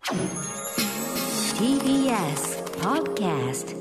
TBS Podcast。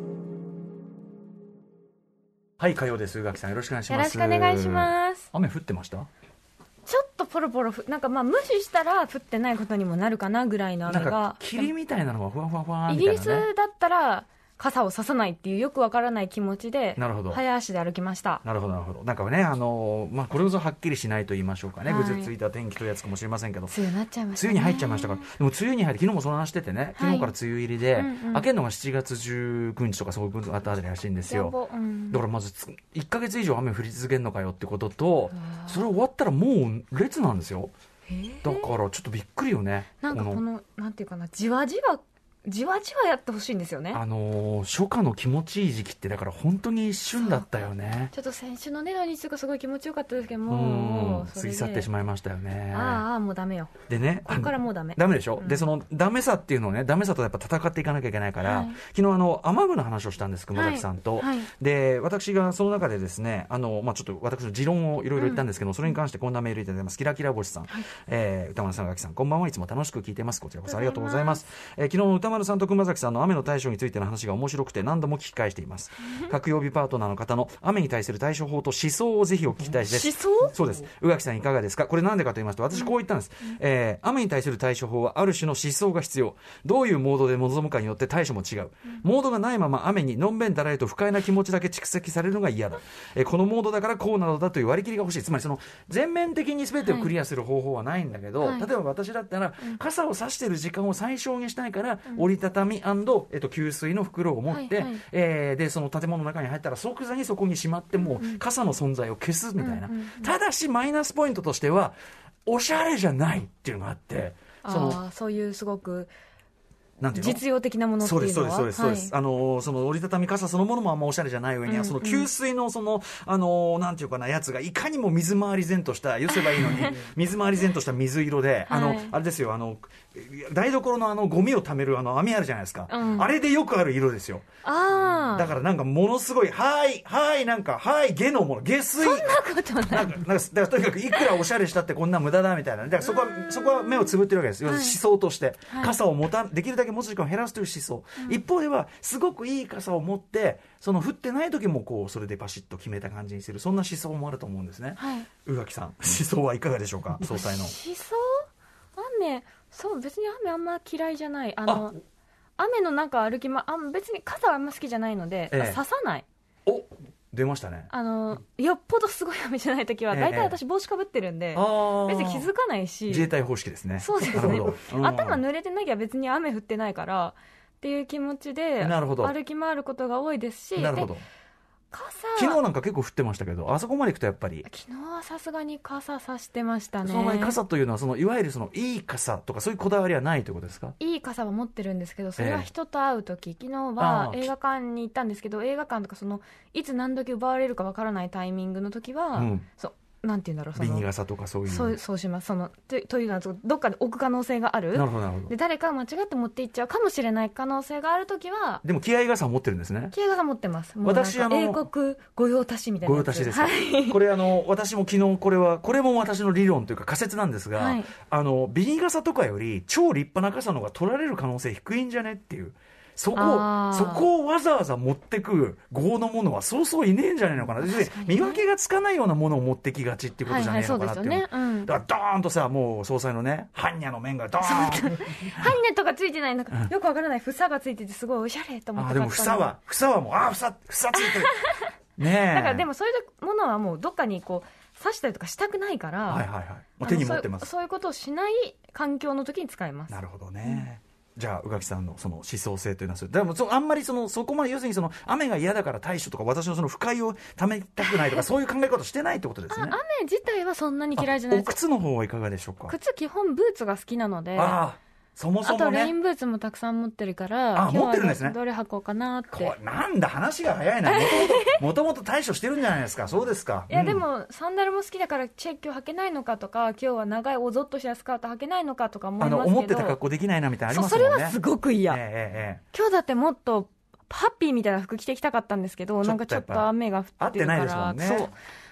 はい、火曜です。宇垣さん、よろしくお願いします。 よろしくお願いします。 雨降ってました？ ちょっとポロポロなんか無視したら降ってないことにもなるかなぐらいの雨が。 なんか霧みたいなのがふわふわふわみたいな、ね、 イギリスだったら傘を差さないっていうよくわからない気持ちで早足で歩きました。 なるほどなるほど。なんかね、これこそはっきりしないと言いましょうかね、ぐずついた天気というやつかもしれませんけど、 梅雨になっちゃいましたね。 梅雨に入っちゃいましたから。でも梅雨に入って、昨日もその話しててね、昨日から梅雨入りで、明けるのが7月19日とかそういうあたりらしいんですよ。だからまず1ヶ月以上雨降り続けるのかよってことと、それ終わったらもう列なんですよ。だからちょっとびっくりよね。 なんかこのなんていうかな、じわじわやってほしいんですよね。 初夏の気持ちいい時期ってだから本当に一瞬だったよね。 ちょっと先週の土日とかすごい気持ちよかったですけど、もう過ぎ去ってしまいましたよね。 もうダメよ。 でね、 ここからもうダメでしょ、でそのダメさっていうのをね、ダメさとやっぱ戦っていかなきゃいけないから、昨日雨具の話をしたんです、熊崎さんと、で私がその中でですね、ちょっと私の持論をいろいろ言ったんですけど、それに関してこんなメールいただいてます。キラキラ星さん、歌丸さん、宇垣さん、こんばんは。いつも楽しく聞いてます。こちらこそありがとうございます。昨日の歌丸さんと熊崎さんの雨の対処についての話が面白くて何度も聞き返しています。各曜日パートナーの方の雨に対する対処法と思想をぜひお聞きたいです。 思想？ そうです。宇垣さんいかがですか？これなんでかと言いますと、私こう言ったんです。雨に対する対処法はある種の思想が必要。どういうモードで臨むかによって対処も違う。モードがないまま雨にのんべんだらりと不快な気持ちだけ蓄積されるのが嫌だ。このモードだからこうなのだという割り切りが欲しい。つまりその全面的に全てをクリアする方法はないんだけど、例えば私だったら傘を差している時間を最小にしたいから、折りたたみ&給水の袋を持って、でその建物の中に入ったら即座にそこにしまってもう傘の存在を消すみたいな、ただしマイナスポイントとしてはおしゃれじゃないっていうのがあって、 そういうすごくなんていうの？ 実用的なものっていうのはそうです、その折りたたみ傘そのものもあんまおしゃれじゃない上には、その給水のなんていうかなやつがいかにも水回り然とした寄せばいいのに水回り然とした水色で、あれですよ、台所のゴミを貯める網あるじゃないですか、あれでよくある色ですよ。だからなんかものすごいなんか下のもの下水、 そんなことない。 だからとにかくいくらおしゃれしたってこんな無駄だみたいな。だからそこは目をつぶってるわけです。思想として、傘をできるだけ持つ時間を減らすという思想、一方ではすごくいい傘を持ってその降ってない時もこうそれでパシッと決めた感じにする、そんな思想もあると思うんですね。宇垣さん、思想はいかがでしょうか？総裁の思想？そう別に雨あんま嫌いじゃない。雨の中歩き別に傘はあんま好きじゃないので、差さない。 出ましたね。 よっぽどすごい雨じゃないときは、大体私帽子かぶってるんで、別に気づかないし。 自衛隊方式ですね。 そうですね。頭濡れてなきゃ別に雨降ってないからっていう気持ちで歩き回ることが多いですし。 なるほど。昨日なんか結構降ってましたけど、あそこまで行くとやっぱり昨日はさすがに傘さしてましたね。 その前に傘というのはいわゆるいい傘とかそういうこだわりはないということですか？ いい傘は持ってるんですけど、それは人と会うとき、昨日は映画館に行ったんですけど、映画館とかいつ何時奪われるかわからないタイミングの時は、なんていうんだろう、 ビニ傘とかそういうそうします。というのはどっかで置く可能性がある。 なるほどなるほど。 で誰か間違って持っていっちゃうかもしれない可能性があるときは。 でも気合傘を持ってるんですね。 気合傘持ってます。 私英国御用達みたいなやつ。 御用達ですか。これ私も昨日これも私の理論というか仮説なんですが、ビニ傘とかより超立派な傘の方が取られる可能性低いんじゃねっていう。そこをわざわざ持ってく豪のものはそうそういねえんじゃないのかな。見分けがつかないようなものを持ってきがちっていうことじゃねえのかなっていう。だからドーンとさ、もう総裁のね般若の面がドーン般若とかついてない、なんかよくわからない房がついててすごいおしゃれと思って。 でも房はもう房ついてるねえ。 だからでもそういうものはもうどっかにこう刺したりとかしたくないから、 手に持ってます。 そういうことをしない環境の時に使います。 なるほどね。じゃあ宇垣さんのその思想性というのはでもあんまりそこまで要するに雨が嫌だから対処とか私の不快をためたくないとかそういう考え方してないってことですね。 雨自体はそんなに嫌いじゃないです。 お靴の方はいかがでしょうか？ 靴基本ブーツが好きなので。 そもそもね、 あとレインブーツもたくさん持ってるから、 持ってるんですね。 どれ履こうかなって。 なんだ話が早いな。もともと対処してるんじゃないですか。そうですか。 いやでもサンダルも好きだからチェック履けないのかとか、今日は長いおぞっとしたスカート履けないのかとか思いますけど、 思ってた格好できないなみたいなありますもんね。 それはすごく嫌。今日だってもっとハッピーみたいな服着てきたかったんですけど、なんかちょっと雨が降ってるから、 合ってないですもんね。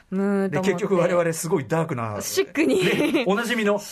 で結局我々すごいダークなシックにおなじみの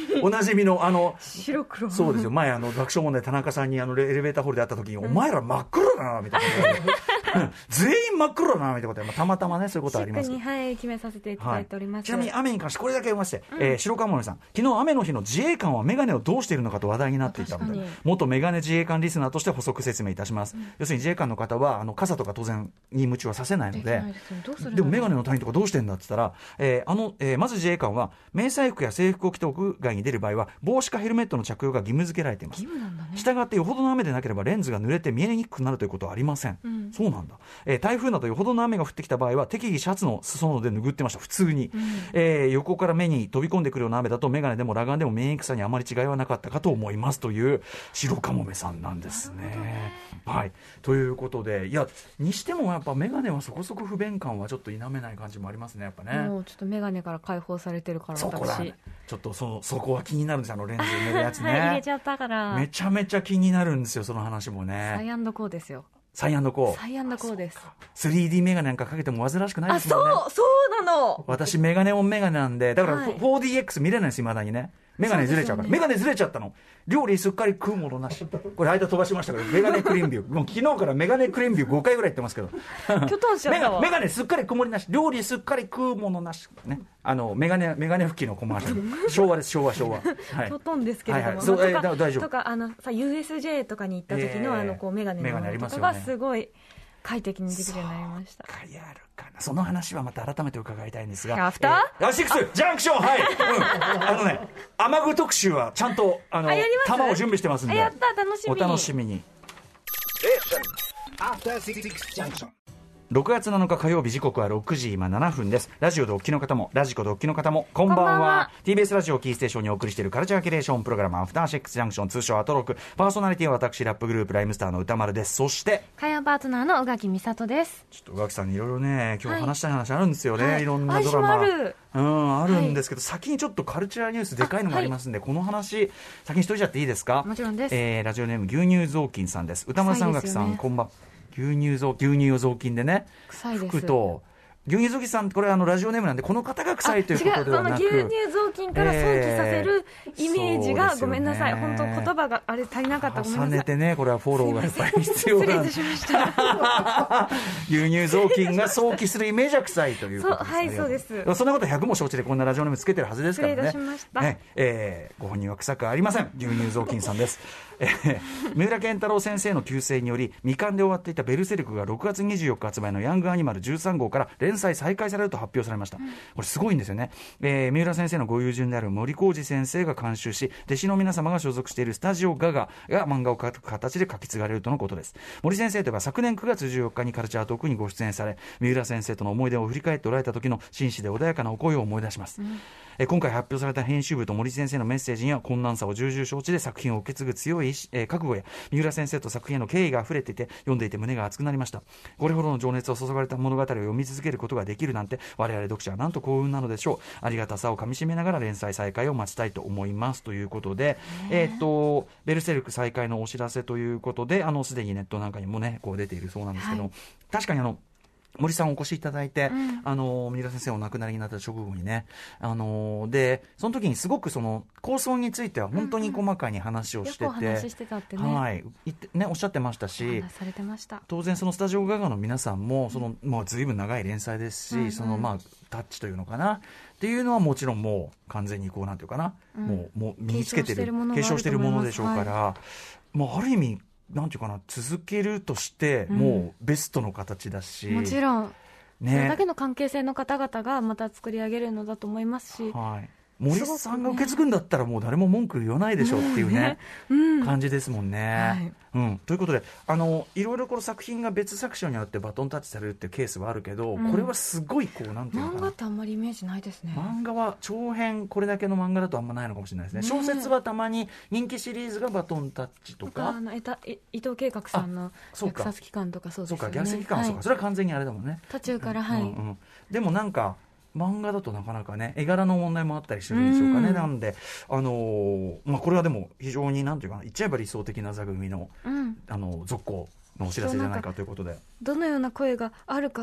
白黒そうですよ。前爆笑問題田中さんにエレベーターホールで会った時に、お前ら真っ黒だなみたいな全員真っ黒だなみたいなことで、たまたまねそういうことあります。 シックに、はい、決めさせていただいております。 ちなみに雨に関してこれだけ言いまして、白川森さん、昨日雨の日の自衛官はメガネをどうしているのかと話題になっていたので、元メガネ自衛官リスナーとして補足説明いたします。要するに自衛官の方は傘とか当然に夢中はさせないので、でもメガネの単位とかどうしてんだって言ったら、まず自衛官は迷彩服や制服を着て屋外に出る場合は帽子かヘルメットの着用が義務付けられています。したがってよほどの雨でなければレンズが濡れて見えにくくなるということはありません。そうなんだ。台風などよほどの雨が降ってきた場合は適宜シャツの裾野で拭ってました。普通に、横から目に飛び込んでくるような雨だとメガネでも裸眼でも見えにくさにあまり違いはなかったかと思いますという白かもめさんなんですね。はい、ということで、いやにしてもやっぱメガネはそこそこ不便感はちょっと否めない感じもありますね。やっぱね、 もうちょっとメガネから解放されてるから、 そこだね、ちょっとそこは気になるんです。レンズ埋めるやつね、 入れちゃったからめちゃめちゃ気になるんですよ、その話もね。 サイ&コーですよ。 サイ&コー。 サイ&コーです。 3D メガネなんかかけても煩わしくないですもんね。 そうなの。 私メガネオンメガネなんで、だから 4DX 見れないです、未だにね。メガネずれちゃうから、メガネずれちゃったの。料理すっかり食うものなし。これ間飛ばしましたけど、メガネクリーンビュー。もう昨日からメガネクリーンビュー5回ぐらい言ってますけど。 きょとんしちゃったわ。 メガネすっかり曇りなし。料理すっかり食うものなし。ね。メガネ拭きのコマーシャル。昭和です、昭和。 はい。きょとんですけれども。 そう、大丈夫。 とか、USJ とかに行った時のこうメガネのとかがすごい快適にできるようになりました。 やるかな。その話はまた改めて伺いたいんですが、 アフターシックスジャンクション、はい、雨具特集はちゃんと玉を準備してますんで、 やった、楽しみに、 お楽しみに。6月7日火曜日、時刻は6時今7分です。ラジオでお聞きの方もラジコでお聞きの方もこんばんは。 TBS ラジオキーステーションにお送りしているカルチャーキュレーションプログラム、アフターシックスジャンクション、通称アトロク。パーソナリティは私ラップグループライムスターの歌丸です。そして火曜パートナーの宇垣美里です。 ちょっと宇垣さんにいろいろね今日話したい話あるんですよね、いろんなドラマあるんですけど、先にちょっとカルチャーニュースでかいのがありますんで、この話先にしといちゃっていいですか。 もちろんです。 ラジオネーム牛乳雑巾さんです。歌丸さん、宇垣さん、こんばんは。牛乳を雑巾でね、 臭いです。 拭くと牛乳雑巾さん、これラジオネームなんでこの方が臭いということではなく、 違う、その牛乳雑巾から想起させるイメージが、ごめんなさい、本当言葉があれ足りなかった、ごめんなさい。 重ねてね、これはフォローがやっぱり必要なんで失礼しました牛乳雑巾が想起するイメージは臭いということです。 はい、そうです。 そんなこと100も承知でこんなラジオネームつけてるはずですからね。 失礼いたしました。 ご本人は臭くありません。牛乳雑巾さんです三浦健太郎先生の急逝により未完で終わっていたベルセルクが6月24日発売のヤングアニマル13号から連載再開されると発表されました。これすごいんですよね。三浦先生のご友人である森浩二先生が監修し、弟子の皆様が所属しているスタジオガガが漫画を描く形で書き継がれるとのことです。森先生といえば昨年9月14日にカルチャートークにご出演され、三浦先生との思い出を振り返っておられた時の紳士で穏やかなお声を思い出します。今回発表された編集部と森先生のメッセージには困難さを重々承知で作品を受け継ぐ強い覚悟や三浦先生と作品への敬意が溢れていて、読んでいて胸が熱くなりました。これほどの情熱を注がれた物語を読み続けることができるなんて、我々読者はなんと幸運なのでしょう。ありがたさをかみしめながら連載再開を待ちたいと思いますということで、ベルセルク再開のお知らせということで、すでにネットなんかにもねこう出ているそうなんですけど、確かに森さんお越しいただいて、三浦先生お亡くなりになった直後にね、でその時にすごくその構想については本当に細かに話をしてて、 よくお話ししてたってね、 はいね、おっしゃってましたし、 されてました。 当然そのスタジオガガの皆さんももう随分長い連載ですし、そのタッチというのかなっていうのはもちろんもう完全にこうなんていうかな、もう身につけてる継承しているものでしょうから、もうある意味なんていうかな、続けるとしてもうベストの形だし、 もちろん、 ね、 それだけの関係性の方々がまた作り上げるのだと思いますし、 森さんが受け継ぐんだったらもう誰も文句言わないでしょうっていうね、感じですもんね。ということでいろいろこの作品が別作品によってバトンタッチされるっていうケースはあるけど、これはすごいこうなんていうのかな、 漫画ってあんまりイメージないですね。 漫画は長編これだけの漫画だとあんまないのかもしれないですね。小説はたまに人気シリーズがバトンタッチとか、 伊藤計画さんの虐殺期間とかそうですよね。 そうか、虐殺期間はそうか、それは完全にあれだもんね、 途中から。 でもなんか漫画だとなかなかね絵柄の問題もあったりするんでしょうかね。なんでこれはでも非常になんていうかな、言っちゃえば理想的な座組の、続行のお知らせじゃないかということで、 どのような声があるか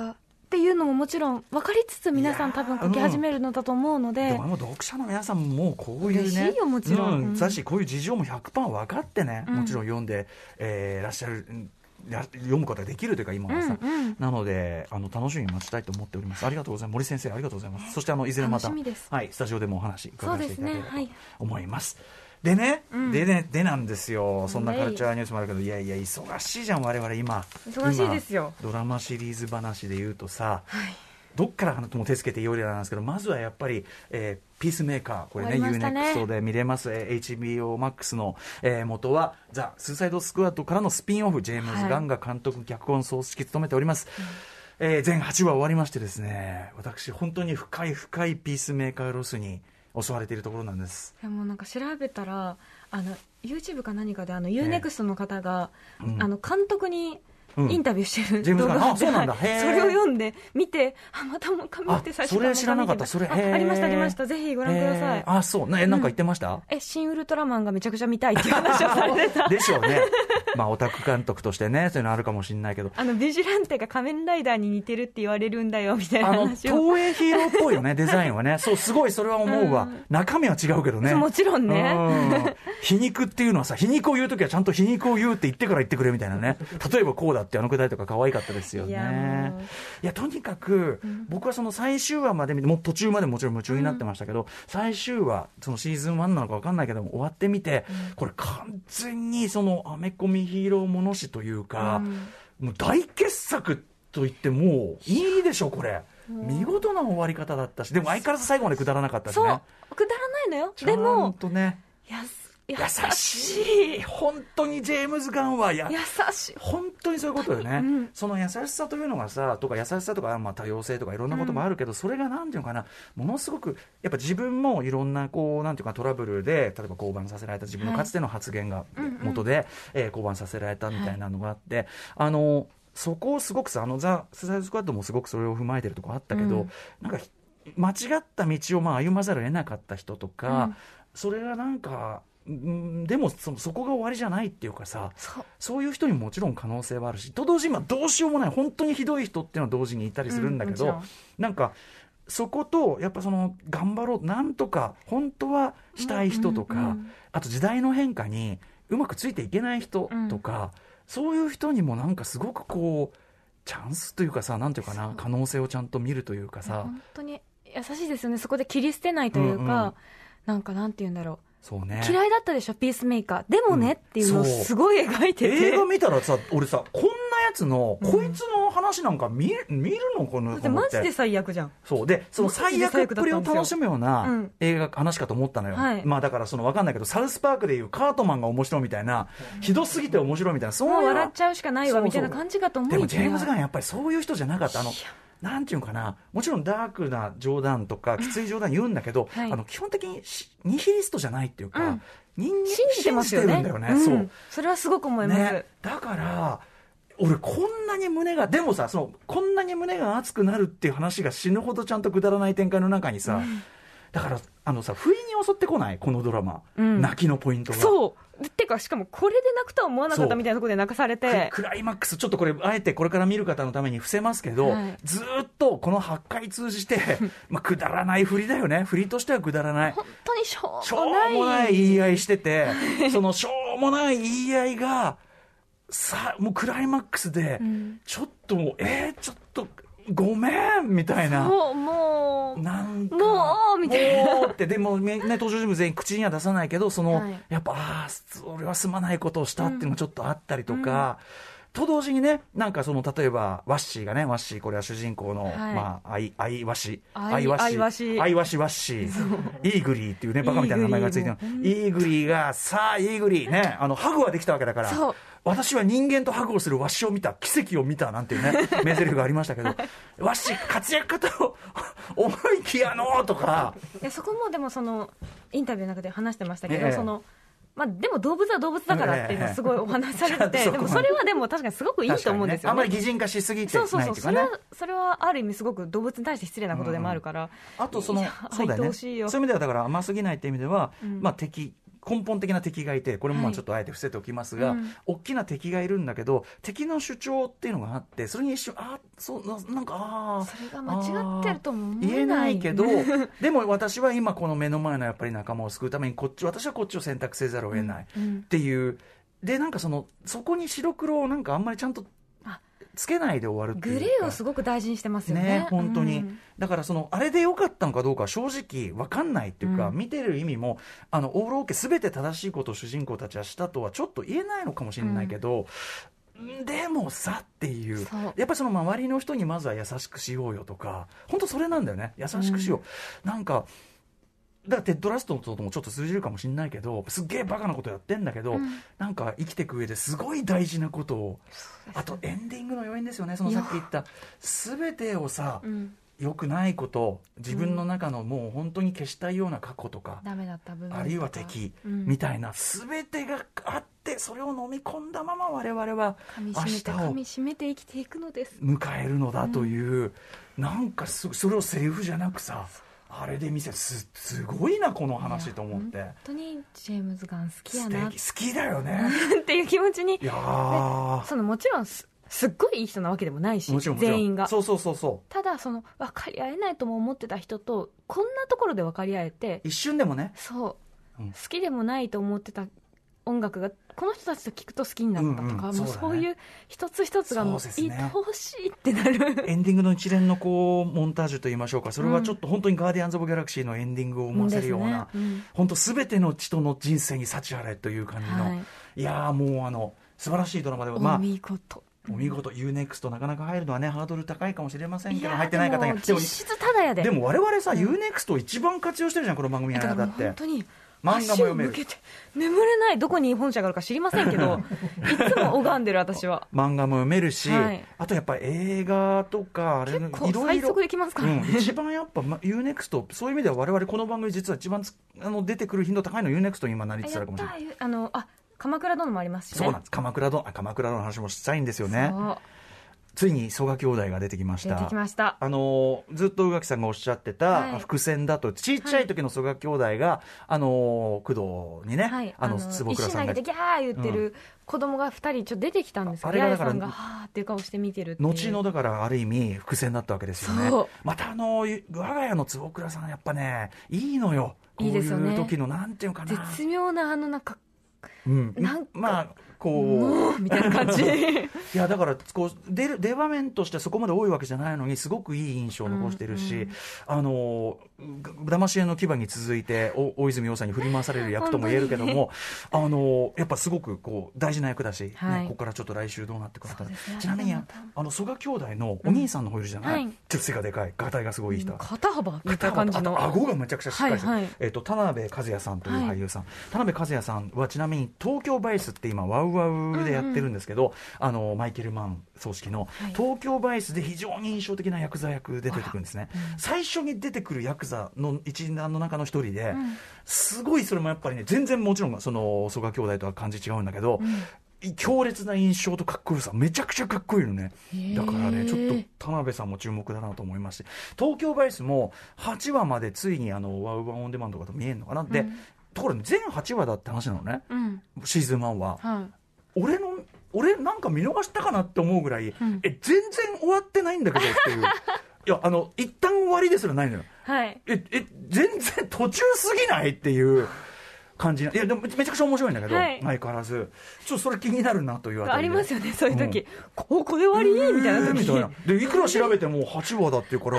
っていうのももちろん分かりつつ皆さん多分書き始めるのだと思うので、 でも読者の皆さんももうこういうね、 嬉しいよもちろん、 だしこういう事情も 100% 分かってね、もちろん読んで、らっしゃる、読むことができるというか今はさ、なので楽しみに待ちたいと思っております。ありがとうございます。森先生ありがとうございます。そしていずれまた、はい、スタジオでもお話伺わせていただければと思います。でね、でなんですよ。そんなカルチャーニュースもあるけど、いやいや忙しいじゃん我々今。 忙しいですよ。 ドラマシリーズ話で言うとさ、どっからも手つけていよいよなんですけど、まずはやっぱり、ピースメーカー、これね UNEXT で見れます、HBO Max の、元はザ・スーサイドスクワットからのスピンオフ、ジェームズ・ガンが監督脚本総指揮務めております。全8話終わりましてですね、私本当に深い深いピースメーカーロスに襲われているところなんです。 でもなんか調べたらYouTube か何かでUNEXT の方が、監督にインタビューしてる動画があって、それを読んで見て、またもう紙って最初からそれ知らなかった。それありましたぜひご覧ください。 そうね、なんか言ってました？ 新ウルトラマンがめちゃくちゃ見たいっていう話をされてたでしょうね。オタク監督としてね、そういうのあるかもしれないけど、 ビジランテが仮面ライダーに似てるって言われるんだよみたいな話を。 東映ヒーローっぽいよねデザインはね。そうすごいそれは思うわ。中身は違うけどね。 もちろんね。 皮肉っていうのはさ、皮肉を言うときはちゃんと皮肉を言うって言ってから言ってくれみたいなね。例えばこうだってくだりとか可愛かったですよね。いやとにかく、僕はその最終話まで見て、もう途中までもちろん夢中になってましたけど、最終話そのシーズン1なのか分かんないけども終わってみて、これ完全にそのアメコミヒーローもの誌というか、もう大傑作と言ってもいいでしょこれ。見事な終わり方だったし、でも相変わらず最後までくだらなかったしね。 そうくだらないのよ。 でもほんとね、 優しい。本当にジェームズ・ガンは優しい。本当にそういうことよね。その優しさというのがさ、とか優しさとか、多様性とかいろんなこともあるけど、それがなんていうのかな、ものすごくやっぱ自分もいろんなこうなんていうかトラブルで、例えば降板させられた自分のかつての発言が元で、降板させられたみたいなのがあって、そこをすごくさ、ザ・スーサイドスクワットもすごくそれを踏まえてるところあったけど、なんか間違った道を歩まざるを得なかった人とか、それがなんかでもそこが終わりじゃないっていうかさ、そういう人にもちろん可能性はあるし、と同時にどうしようもない本当にひどい人っていうのは同時にいたりするんだけど、なんかそことやっぱその頑張ろう、なんとか本当はしたい人とか、あと時代の変化にうまくついていけない人とか、そういう人にもなんかすごくこうチャンスというかさ、なんていうかな、可能性をちゃんと見るというかさ、 本当に優しいですよね。そこで切り捨てないというか、なんかなんていうんだろう、 そうね、 嫌いだったでしょピースメーカーでもね、っていうのをすごい描いてて、 映画見たらさ、俺さ、こんなやつの、こいつの話なんか見るのかな、 だってマジで最悪じゃん。 そうで、その最悪っぷりを楽しむような映画話かと思ったのよ。だからその分かんないけど、サウスパークでいうカートマンが面白いみたいな、ひどすぎて面白いみたいな、そういうもう笑っちゃうしかないわみたいな感じかと思いきや、 でもジェームズ・ガンやっぱりそういう人じゃなかった。なんていうのかな、もちろんダークな冗談とかきつい冗談言うんだけど、基本的にニヒリストじゃないっていうか、人間信じてますよね。 信じてるんだよね。 それはすごく思います。 だから俺こんなに胸が、でもさ、こんなに胸が熱くなるっていう話が死ぬほどちゃんとくだらない展開の中にさ、だから不意に襲ってこない、このドラマ、泣きのポイントが。 そうってか、しかもこれで泣くとは思わなかったみたいなところで泣かされて、 クライマックス、ちょっとこれあえてこれから見る方のために伏せますけど、ずっとこの8回通じてくだらない振りだよね。振りとしてはくだらない、 本当にしょうもない言い合いしててそのしょうもない言い合いがもうクライマックスで、ちょっとちょっとごめんみたいな、 もうなんかもうみたいな、 もうってでもね、登場人物全員口には出さないけど、やっぱそれはすまないことをしたっていうのがちょっとあったりとか、と同時にね、なんか例えばワッシーがね、ワッシー、これは主人公の、アイワシワッシー、イーグリーっていうね、バカみたいな名前がついてるの。イーグリーが、さあイーグリーね、ハグはできたわけだから、私は人間とハグをするワッシーを見た、奇跡を見たなんていうね名台詞がありましたけど、ワッシー活躍かと思いきやのとか、 そこもでもインタビューの中で話してましたけど、でも動物は動物だからっていうのをすごいお話されてて、でもそれはでも確かにすごいいいと思うんですよね。 あんまり擬人化しすぎてないっていうかね。 それはある意味すごく動物に対して失礼なことでもあるから、 あとそうだよね、そういう意味ではだから甘すぎないっていう意味では、敵根本的な敵がいて、これもまあちょっとあえて伏せておきますが、大きな敵がいるんだけど、敵の主張っていうのがあって、それに一瞬なんかそれが間違ってるとも思言えないけどでも私は今この目の前のやっぱり仲間を救うために私はこっちを選択せざるを得ないっていう、でなんかそこに白黒をなんかあんまりちゃんとつけないで終わるっていうか、 グレーをすごく大事にしてますよね本当に、だからあれで良かったのかどうかは正直分かんないっていうか、見てる意味もオールオーケー全て正しいことを主人公たちはしたとはちょっと言えないのかもしれないけど、でもさっていう、やっぱり周りの人にまずは優しくしようよとか、本当それなんだよね、優しくしよう、なんかだからテッドラストともちょっと通じるかもしれないけど、すっげえバカなことやってんだけど、なんか生きていく上ですごい大事なことを、あとエンディングの要因ですよね、さっき言った全てをさ、良くないこと、自分の中のもう本当に消したいような過去とか、 ダメだった部分とか、 あるいは敵みたいな全てがあって、それを飲み込んだまま我々は明日を噛み締めて生きていくのです、 迎えるのだという、なんかそれをセリフじゃなくさ、あれで見せすごいなこの話と思って、 本当にジェームズ・ガン好きやな好きだよねっていう気持ちに、 いやもちろんすっごいいい人なわけでもないし、全員がそうただ分かり合えないとも思ってた人とこんなところで分かり合えて、 一瞬でもね、 好きでもないと思ってた音楽がこの人たちと聞くと好きになったとか、もうそういう一つ一つがもう愛おしいってなる、 エンディングの一連のモンタージュといいましょうか、それはちょっと本当にガーディアンズ・オブ・ギャラクシーのエンディングを思わせるような、本当全ての人の人生に幸あれという感じの、いやもう素晴らしいドラマで、 お見事、 UNEXT なかなか入るのはねハードル高いかもしれませんけど、入ってない方には実質ただやで、 でも我々さ、UNEXT 一番活用してるじゃんこの番組やらだって。 本当に漫画も読める、 眠れない、どこに本社があるか知りませんけどいつも拝んでる私は漫画も読めるし、あとやっぱ映画とかあれ結構最速できますからね、 一番やっぱ UNEXT そういう意味では我々この番組実は一番出てくる頻度高いの UNEXT に今なりつつあるかもしれない。 鎌倉殿もありますしね。 そうなんです、鎌倉殿の話もしたいんですよね。ついに曽我兄弟が出てきました。ずっと宇垣さんがおっしゃってた伏線だと、ちっちゃい時の曽我兄弟が工藤にね、坪倉さんが石投げてギャー言ってる子供が2人ちょっと出てきたんですけど、八重さんがはーっていう顔して見てるっていう、 後のだからある意味伏線だったわけですよね。また我が家の坪倉さんやっぱねいいのよ、こういう時のなんていうかな、 絶妙ななんかまあこうみたいな感じいやだからこう出場面としてそこまで多いわけじゃないのにすごくいい印象を残してるし、騙し絵の牙に続いて大泉洋さんに振り回される役とも言えるけども、やっぱすごくこう大事な役だし、ここからちょっと来週どうなってくるか、ちなみに曽我兄弟のお兄さんの方いるじゃない、ちょっと背がでかい、ガタイがすごいいい人、 肩幅みたいな感じの、 あと顎がめちゃくちゃしっかりしてる、田辺和也さんという俳優さん、田辺和也さんはちなみに東京バイスって今ワウワウでやってるんですけど、マイケル・マン葬式の東京バイスで非常に印象的なヤクザ役で出てくるんですね。最初に出てくるヤクザの一団の中の一人で、すごいそれもやっぱりね全然もちろんその曽我兄弟とは感じ違うんだけど、強烈な印象とかっこよさ、めちゃくちゃかっこいいのね。だからねちょっと田辺さんも注目だなと思いまして、東京バイスも8話までついにワウワウオンデマンドとかと見えるのかな、でところで全8話だって話なのね、シーズン1は、俺なんか見逃したかなって思うぐらい、全然終わってないんだけどっていういや一旦終わりですらないのよ、全然途中すぎないっていう感じ。いやでもめちゃくちゃ面白いんだけど、相変わらずちょっとそれ気になるなというあたりでありますよね、そういう時、ここで終わりみたいな時でいくら調べても8話だっていうから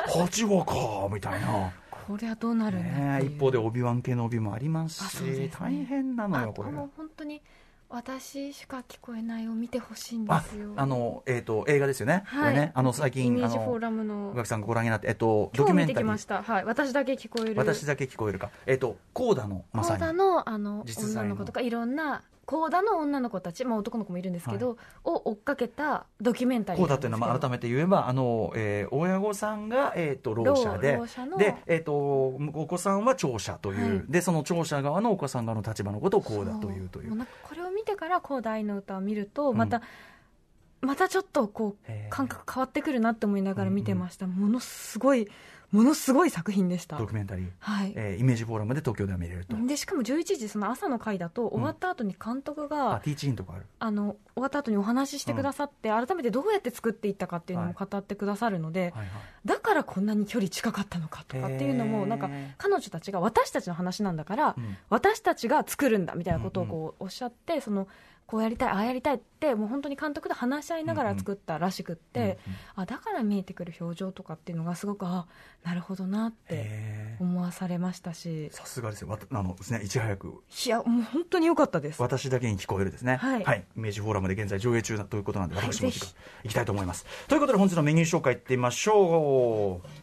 8話かみたいな、 これはどうなるんだっていう、 一方でオビワン系の帯もありますし、大変なのよこれ。 もう本当に私しか聞こえないを見てほしいんですよ。 映画ですよね、これね、最近イメージフォーラムの宇垣さんがご覧になってドキュメンタリー、今日見てきました、私だけ聞こえるか、コーダのまさに女の子とかいろんなコーダの女の子たち、男の子もいるんですけど、を追っかけたドキュメンタリー。 コーダというのは改めて言えば親御さんが、ろう者で、お子さんは聴者という、でその聴者側のお子さん側の立場のことをコーダというこれを見てからコーダ愛の歌を見るとまたちょっとこう感覚変わってくるなって思いながら見てました。ものすごいものすごい作品でした。 ドキュメンタリー、 はい、 イメージフォーラムで東京では見れると。 でしかも11時その朝の回だと終わった後に監督が、 ティーチインとかある、 終わった後にお話ししてくださって、改めてどうやって作っていったかっていうのも語ってくださるので、だからこんなに距離近かったのかとかっていうのも、なんか彼女たちが私たちの話なんだから、私たちが作るんだみたいなことをこうおっしゃって、そのこうやりたいああやりたいってもう本当に監督と話し合いながら作ったらしくって、だから見えてくる表情とかっていうのがすごくなるほどなって思わされましたし、 さすがですよ。ですね、いち早く、 いやもう本当に良かったです。 私だけに聞こえるですね、 はい、 イメージフォーラムで現在上映中だということなんで、私も行きたいと思います。ということで本日のメニュー紹介いってみましょう。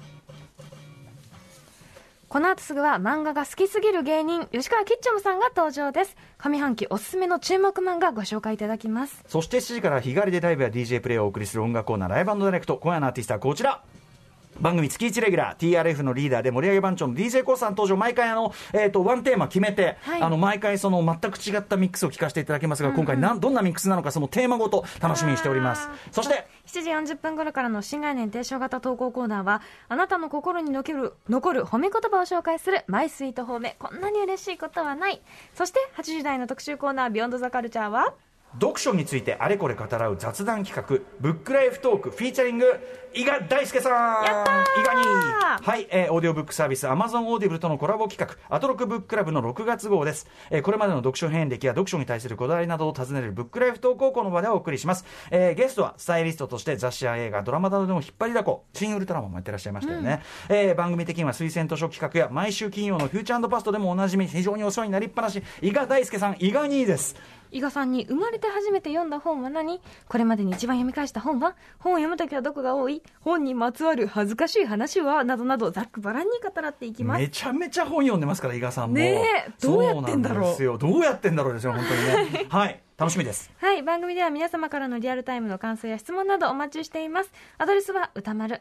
この後すぐは漫画が好きすぎる芸人吉川キッチョムさんが登場です。上半期おすすめの注目漫画ご紹介いただきます。 そして7時から日替わりでライブや DJ プレイをお送りする音楽コーナーライブ&ダイレクト。今夜のアーティストはこちら。番組月1レギュラー TRF のリーダーで盛り上げ番長の DJ コーさん登場。毎回ワンテーマ決めて、毎回その全く違ったミックスを聞かせていただきますが、今回どんなミックスなのか、そのテーマごと楽しみにしております。そして 7時40分頃からの新概念提唱型投稿コーナーは、あなたの心に残る褒め言葉を紹介するマイスイート褒め、こんなに嬉しいことはない。そして80代の特集コーナービヨンドザカルチャーは、 読書についてあれこれ語らう雑談企画ブックライフトークフィーチャリング伊賀大輔さん。 やったー。 伊賀にはい、オーディオブックサービス Amazon オーディブルとのコラボ企画アトロクブッククラブの6月号です。これまでの読書遍歴や読書に対するこだわりなどを尋ねるブックライフトークをこの場でお送りします。ゲストはスタイリストとして雑誌や映画ドラマなどでも引っ張りだこ新ウルトラマンもやってらっしゃいましたよね。番組的には推薦図書企画や毎週金曜のフューチャー&パストでもおなじみ非常にお世話になりっぱなし伊賀大輔さん伊賀にです。 伊賀さんに生まれて初めて読んだ本は何？これまでに一番読み返した本は？本を読むときはどこが多い？本にまつわる恥ずかしい話は？などなどざっくばらんに語らっていきます。 めちゃめちゃ本読んでますから伊賀さんもねえ、どうやってんだろう。 そうなんですよ、どうやってんだろうですよ本当にねはい楽しみです。 はい、番組では皆様からのリアルタイムの感想や質問などお待ちしています。アドレスは歌丸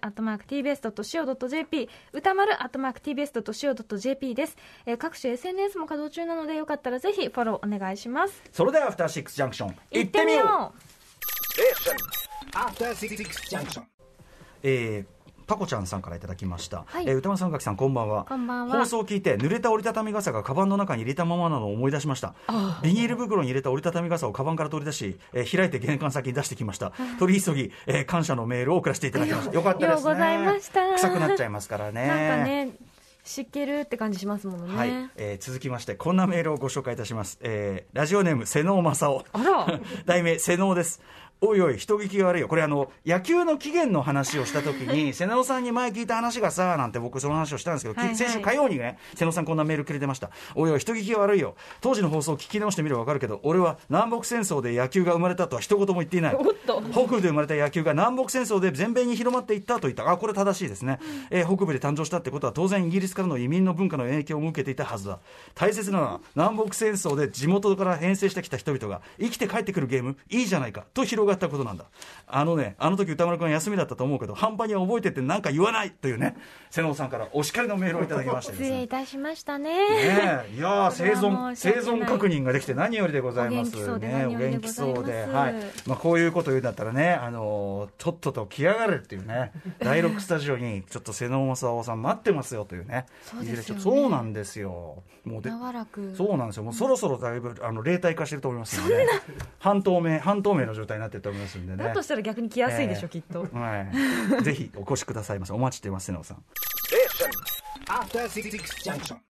@tbs.co.jp 歌丸@tbs.co.jp です。各種 SNS も稼働中なのでよかったらぜひフォローお願いします。 それではアフターシックスジャンクション行ってみよう。アフターシックスジャンクション。 パコちゃんさんからいただきました、 はい、 歌丸さん、垣さんこんばんは。 こんばんは。 放送を聞いて濡れた折りたたみ傘がカバンの中に入れたままなのを思い出しました。ビニール袋に入れた折りたたみ傘をカバンから取り出し、開いて玄関先に出してきました。取り急ぎ、感謝のメールを送らせていただきました。よかったですね。 ようございました。 臭くなっちゃいますからね。 なんかね湿気るって感じしますもんね。 はい、続きましてこんなメールをご紹介いたします。ラジオネーム瀬能正夫。 あら題名瀬能です。おいおい人聞きが悪いよ。これ野球の起源の話をした時に瀬能さんに前聞いた話がさなんて僕その話をしたんですけど、はいはい、先週火曜にね瀬能さんこんなメールくれてました。おいおい人聞きが悪いよ。当時の放送を聞き直してみれば分かるけど俺は南北戦争で野球が生まれたとは一言も言っていない。北部で生まれた野球が南北戦争で全米に広まっていったと言った。これ正しいですね、北部で誕生したってことは当然イギリスからの移民の文化の影響も受けていたはずだ。大切なのは南北戦争で地元から編成してきた人々が生きて帰ってくるゲームいいじゃないかと広がったことなんだ。あの時歌丸君は休みだったと思うけど半端に覚えてって何か言わないというね瀬能さんからお叱りのメールをいただきましてですね、 失礼いたしましたね。 いや生存確認ができて何よりでございますね。お元気そうで、はい、こういうこと言うんだったらねとっとと来やがれっていうね第6スタジオにちょっと瀬能正夫さん待ってますよというね。そうなんですよ。もう長らくそうなんですよ。もうそろそろだいぶ霊体化してると思いますので、ね、半透明の状態になってると思いますんでね。 だとしたら逆に来やすいでしょ、きっと、 はい、ぜひお越しくださいませ。お待ちしてます瀬能さん。